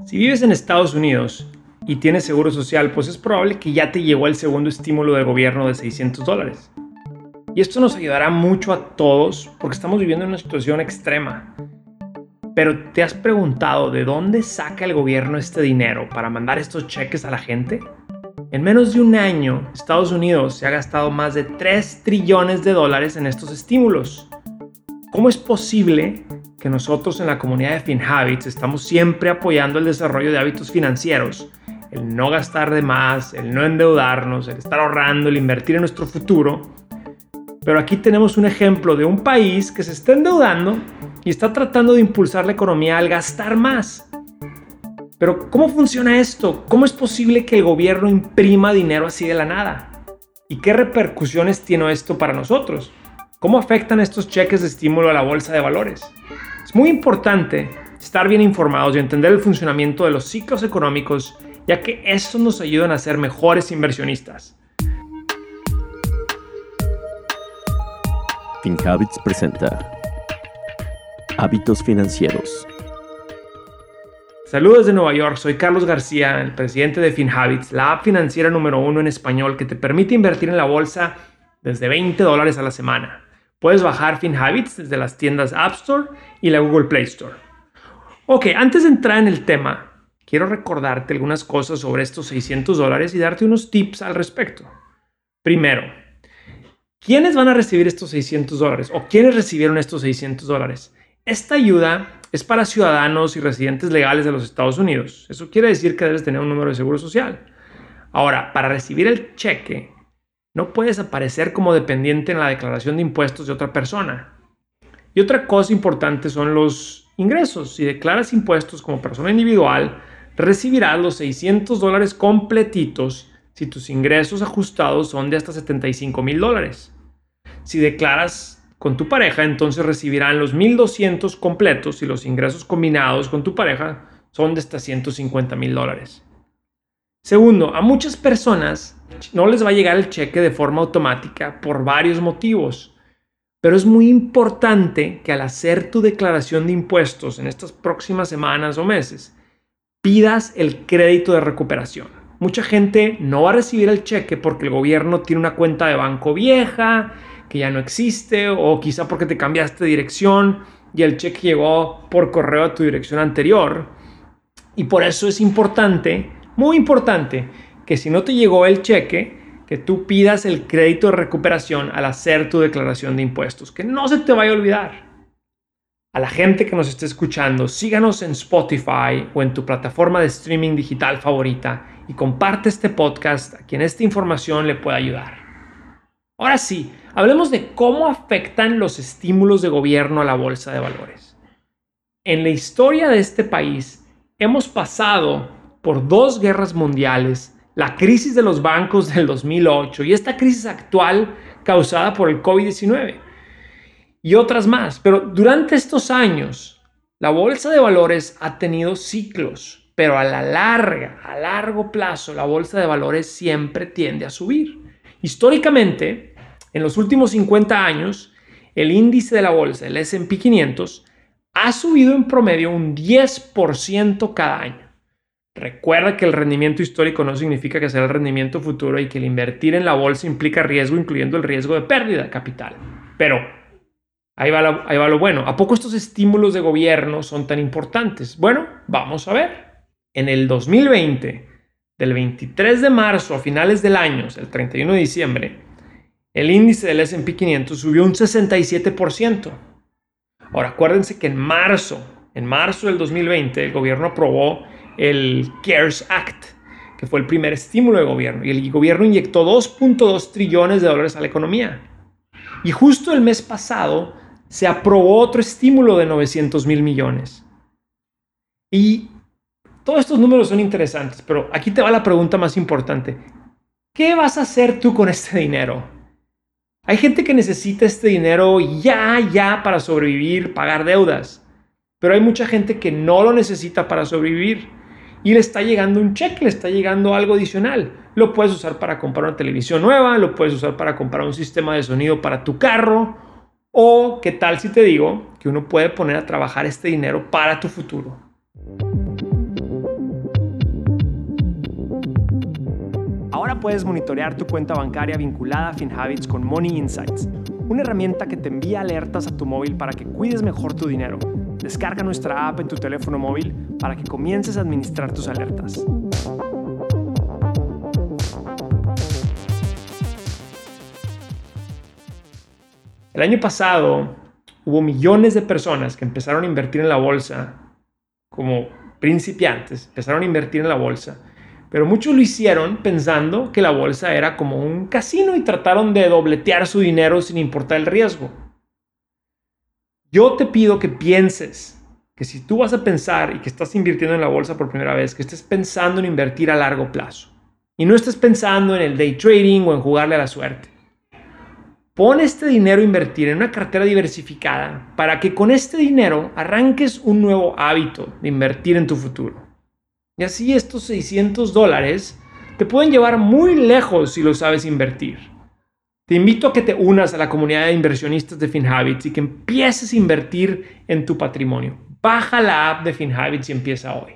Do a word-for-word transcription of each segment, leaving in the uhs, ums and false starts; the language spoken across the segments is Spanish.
Si vives en Estados Unidos y tienes seguro social, pues es probable que ya te llegó el segundo estímulo del gobierno de seiscientos dólares. Y esto nos ayudará mucho a todos porque estamos viviendo en una situación extrema. Pero ¿te has preguntado de dónde saca el gobierno este dinero para mandar estos cheques a la gente? En menos de un año, Estados Unidos se ha gastado más de tres trillones de dólares en estos estímulos. ¿Cómo es posible que nosotros en la comunidad de FinHabits estamos siempre apoyando el desarrollo de hábitos financieros, el no gastar de más, el no endeudarnos, el estar ahorrando, el invertir en nuestro futuro? Pero aquí tenemos un ejemplo de un país que se está endeudando y está tratando de impulsar la economía al gastar más. Pero ¿cómo funciona esto? ¿Cómo es posible que el gobierno imprima dinero así de la nada? ¿Y qué repercusiones tiene esto para nosotros? ¿Cómo afectan estos cheques de estímulo a la bolsa de valores? Es muy importante estar bien informados y entender el funcionamiento de los ciclos económicos, ya que estos nos ayudan a ser mejores inversionistas. FinHabits presenta Hábitos Financieros. Saludos de Nueva York, soy Carlos García, el presidente de FinHabits, la app financiera número uno en español que te permite invertir en la bolsa desde veinte dólares a la semana. Puedes bajar FinHabits desde las tiendas App Store y la Google Play Store. Ok, antes de entrar en el tema, quiero recordarte algunas cosas sobre estos seiscientos dólares y darte unos tips al respecto. Primero, ¿quiénes van a recibir estos seiscientos dólares? ¿O quiénes recibieron estos seiscientos dólares? Esta ayuda es para ciudadanos y residentes legales de los Estados Unidos. Eso quiere decir que debes tener un número de seguro social. Ahora, para recibir el cheque, no puedes aparecer como dependiente en la declaración de impuestos de otra persona. Y otra cosa importante son los ingresos. Si declaras impuestos como persona individual, recibirás los seiscientos dólares completitos si tus ingresos ajustados son de hasta setenta y cinco mil dólares. Si declaras con tu pareja, entonces recibirán los mil doscientos completos si los ingresos combinados con tu pareja son de hasta ciento cincuenta mil dólares. Segundo, a muchas personas no les va a llegar el cheque de forma automática por varios motivos, pero es muy importante que al hacer tu declaración de impuestos en estas próximas semanas o meses, pidas el crédito de recuperación. Mucha gente no va a recibir el cheque porque el gobierno tiene una cuenta de banco vieja que ya no existe, o quizá porque te cambiaste de dirección y el cheque llegó por correo a tu dirección anterior. Y por eso es importante, muy importante, que si no te llegó el cheque, que tú pidas el crédito de recuperación al hacer tu declaración de impuestos. Que no se te vaya a olvidar. A la gente que nos esté escuchando, síganos en Spotify o en tu plataforma de streaming digital favorita y comparte este podcast a quien esta información le pueda ayudar. Ahora sí, hablemos de cómo afectan los estímulos de gobierno a la bolsa de valores. En la historia de este país, hemos pasado por dos guerras mundiales, la crisis de los bancos del dos mil ocho y esta crisis actual causada por el COVID diecinueve y otras más. Pero durante estos años, la bolsa de valores ha tenido ciclos, pero a la larga, a largo plazo, la bolsa de valores siempre tiende a subir. Históricamente, en los últimos cincuenta años, el índice de la bolsa, el ese and pe quinientos, ha subido en promedio un diez por ciento cada año. Recuerda que el rendimiento histórico no significa que sea el rendimiento futuro y que el invertir en la bolsa implica riesgo, incluyendo el riesgo de pérdida de capital. Pero ahí va, la, ahí va lo bueno. ¿A poco estos estímulos de gobierno son tan importantes? Bueno, vamos a ver. En el dos mil veinte, del veintitrés de marzo a finales del año, el treinta y uno de diciembre, el índice del ese and pe quinientos subió un sesenta y siete por ciento. Ahora, acuérdense que en marzo, en marzo del dos mil veinte, el gobierno aprobó el CARES Act, que fue el primer estímulo de gobierno, y el gobierno inyectó dos punto dos trillones de dólares a la economía. Y justo el mes pasado se aprobó otro estímulo de novecientos mil millones. Y todos estos números son interesantes, pero aquí te va la pregunta más importante. ¿Qué vas a hacer tú con este dinero? Hay gente que necesita este dinero ya, ya para sobrevivir, pagar deudas. Pero hay mucha gente que no lo necesita para sobrevivir y le está llegando un cheque, le está llegando algo adicional. Lo puedes usar para comprar una televisión nueva, lo puedes usar para comprar un sistema de sonido para tu carro, o qué tal si te digo que uno puede poner a trabajar este dinero para tu futuro. Ahora puedes monitorear tu cuenta bancaria vinculada a FinHabits con Money Insights, una herramienta que te envía alertas a tu móvil para que cuides mejor tu dinero. Descarga nuestra app en tu teléfono móvil para que comiences a administrar tus alertas. El año pasado hubo millones de personas que empezaron a invertir en la bolsa como principiantes, empezaron a invertir en la bolsa, pero muchos lo hicieron pensando que la bolsa era como un casino y trataron de dobletear su dinero sin importar el riesgo. Yo te pido que pienses que si tú vas a pensar y que estás invirtiendo en la bolsa por primera vez, que estés pensando en invertir a largo plazo y no estés pensando en el day trading o en jugarle a la suerte. Pon este dinero a invertir en una cartera diversificada para que con este dinero arranques un nuevo hábito de invertir en tu futuro. Y así estos seiscientos dólares te pueden llevar muy lejos si lo sabes invertir. Te invito a que te unas a la comunidad de inversionistas de FinHabits y que empieces a invertir en tu patrimonio. Baja la app de FinHabits y empieza hoy.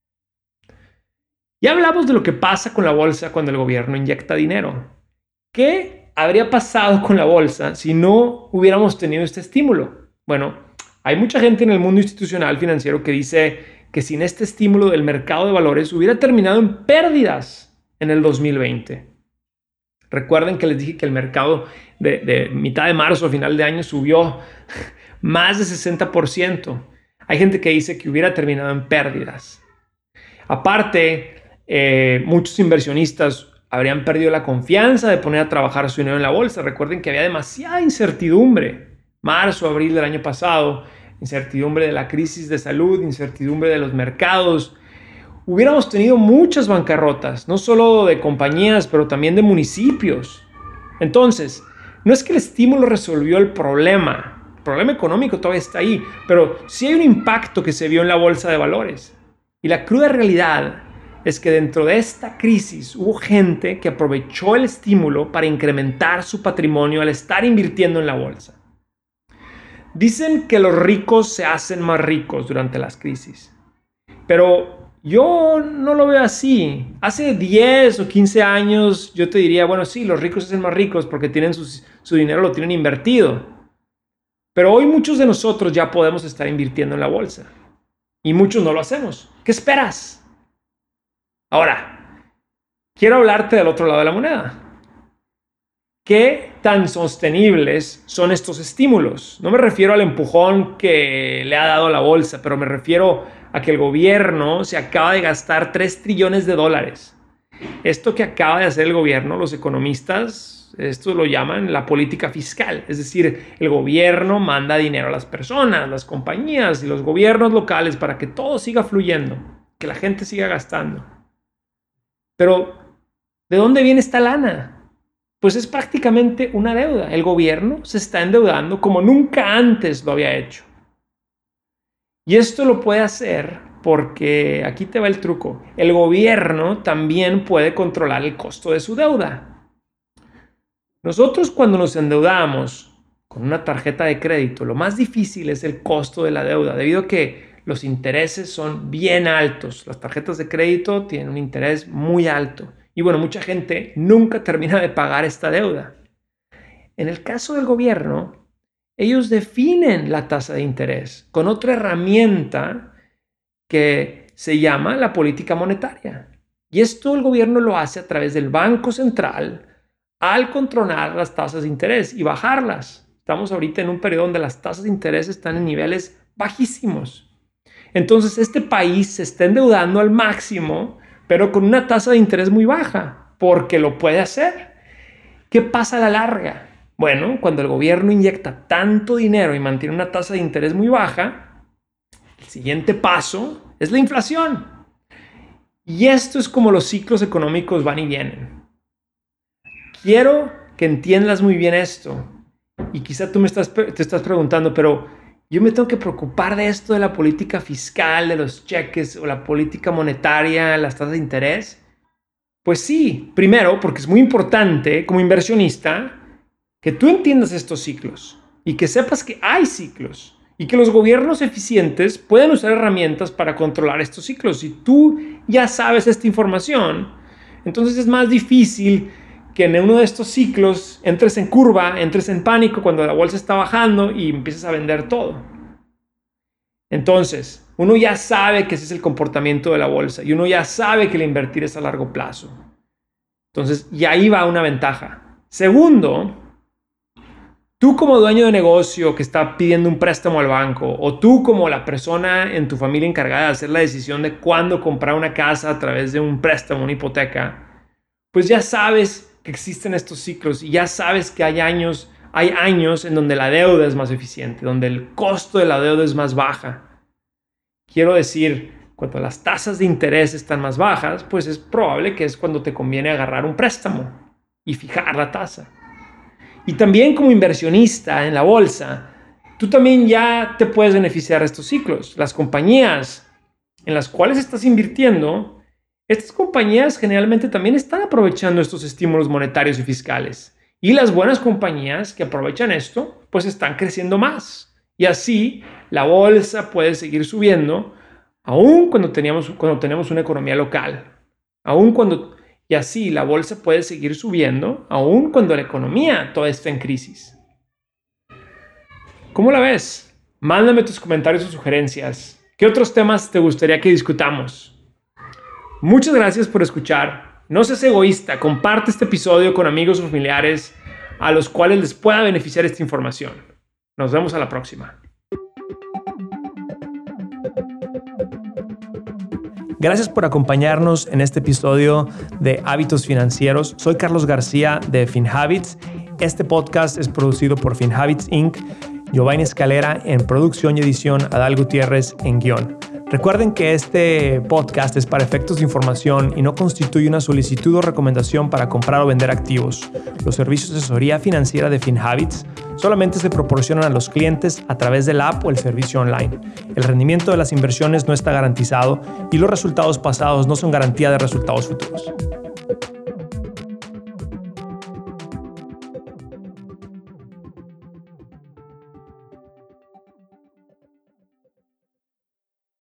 Ya hablamos de lo que pasa con la bolsa cuando el gobierno inyecta dinero. ¿Qué habría pasado con la bolsa si no hubiéramos tenido este estímulo? Bueno, hay mucha gente en el mundo institucional financiero que dice que sin este estímulo del mercado de valores hubiera terminado en pérdidas en el dos mil veinte. Recuerden que les dije que el mercado de, de mitad de marzo a final de año subió más de sesenta por ciento. Hay gente que dice que hubiera terminado en pérdidas. Aparte, eh, muchos inversionistas habrían perdido la confianza de poner a trabajar su dinero en la bolsa. Recuerden que había demasiada incertidumbre. Marzo, abril del año pasado, incertidumbre de la crisis de salud, incertidumbre de los mercados. Hubiéramos tenido muchas bancarrotas, no solo de compañías, pero también de municipios. Entonces, no es que el estímulo resolvió el problema. El problema económico todavía está ahí, pero sí hay un impacto que se vio en la bolsa de valores. Y la cruda realidad es que dentro de esta crisis hubo gente que aprovechó el estímulo para incrementar su patrimonio al estar invirtiendo en la bolsa. Dicen que los ricos se hacen más ricos durante las crisis, pero yo no lo veo así. Hace diez o quince años yo te diría, bueno, sí, los ricos se hacen más ricos porque tienen sus, su dinero lo tienen invertido. Pero hoy muchos de nosotros ya podemos estar invirtiendo en la bolsa y muchos no lo hacemos. ¿Qué esperas? Ahora, quiero hablarte del otro lado de la moneda. ¿Qué tan sostenibles son estos estímulos? No me refiero al empujón que le ha dado a la bolsa, pero me refiero a que el gobierno se acaba de gastar tres trillones de dólares. Esto que acaba de hacer el gobierno, los economistas, esto lo llaman la política fiscal. Es decir, el gobierno manda dinero a las personas, las compañías y los gobiernos locales para que todo siga fluyendo, que la gente siga gastando. Pero, ¿de dónde viene esta lana? Pues es prácticamente una deuda. El gobierno se está endeudando como nunca antes lo había hecho. Y esto lo puede hacer porque, aquí te va el truco, el gobierno también puede controlar el costo de su deuda. Nosotros cuando nos endeudamos con una tarjeta de crédito, lo más difícil es el costo de la deuda, debido a que los intereses son bien altos. Las tarjetas de crédito tienen un interés muy alto. Y bueno, mucha gente nunca termina de pagar esta deuda. En el caso del gobierno, ellos definen la tasa de interés con otra herramienta que se llama la política monetaria. Y esto el gobierno lo hace a través del Banco Central al controlar las tasas de interés y bajarlas. Estamos ahorita en un periodo donde las tasas de interés están en niveles bajísimos. Entonces, este país se está endeudando al máximo, pero con una tasa de interés muy baja, porque lo puede hacer. ¿Qué pasa a la larga? Bueno, cuando el gobierno inyecta tanto dinero y mantiene una tasa de interés muy baja, el siguiente paso es la inflación. Y esto es como los ciclos económicos van y vienen. Quiero que entiendas muy bien esto. Y quizá tú me estás, te estás preguntando, pero yo me tengo que preocupar de esto, de la política fiscal, de los cheques o la política monetaria, las tasas de interés. Pues sí, primero, porque es muy importante como inversionista que tú entiendas estos ciclos y que sepas que hay ciclos y que los gobiernos eficientes pueden usar herramientas para controlar estos ciclos. Si tú ya sabes esta información, Entonces es más difícil que en uno de estos ciclos entres en curva, entres en pánico cuando la bolsa está bajando y empieces a vender todo. Entonces, uno ya sabe que ese es el comportamiento de la bolsa y uno ya sabe que el invertir es a largo plazo. Entonces, y ahí va una ventaja. Segundo, tú como dueño de negocio que está pidiendo un préstamo al banco, o tú como la persona en tu familia encargada de hacer la decisión de cuándo comprar una casa a través de un préstamo, una hipoteca, pues ya sabes que existen estos ciclos y ya sabes que hay años, hay años en donde la deuda es más eficiente, donde el costo de la deuda es más baja. Quiero decir, cuando las tasas de interés están más bajas, pues es probable que es cuando te conviene agarrar un préstamo y fijar la tasa. Y también como inversionista en la bolsa, tú también ya te puedes beneficiar de estos ciclos. Las compañías en las cuales estás invirtiendo, estas compañías generalmente también están aprovechando estos estímulos monetarios y fiscales. Y las buenas compañías que aprovechan esto, pues están creciendo más. Y así la bolsa puede seguir subiendo, aun cuando, teníamos, cuando tenemos una economía local. Aun cuando, y así la bolsa puede seguir subiendo, aun cuando la economía toda está en crisis. ¿Cómo la ves? Mándame tus comentarios o sugerencias. ¿Qué otros temas te gustaría que discutamos? Muchas gracias por escuchar. No seas egoísta, comparte este episodio con amigos o familiares a los cuales les pueda beneficiar esta información. Nos vemos a la próxima. Gracias por acompañarnos en este episodio de Hábitos Financieros. Soy Carlos García de FinHabits. Este podcast es producido por FinHabits incorporated. Giovanni Escalera en producción y edición, Adal Gutiérrez en guión. Recuerden que este podcast es para efectos de información y no constituye una solicitud o recomendación para comprar o vender activos. Los servicios de asesoría financiera de FinHabits solamente se proporcionan a los clientes a través de la app o el servicio online. El rendimiento de las inversiones no está garantizado y los resultados pasados no son garantía de resultados futuros.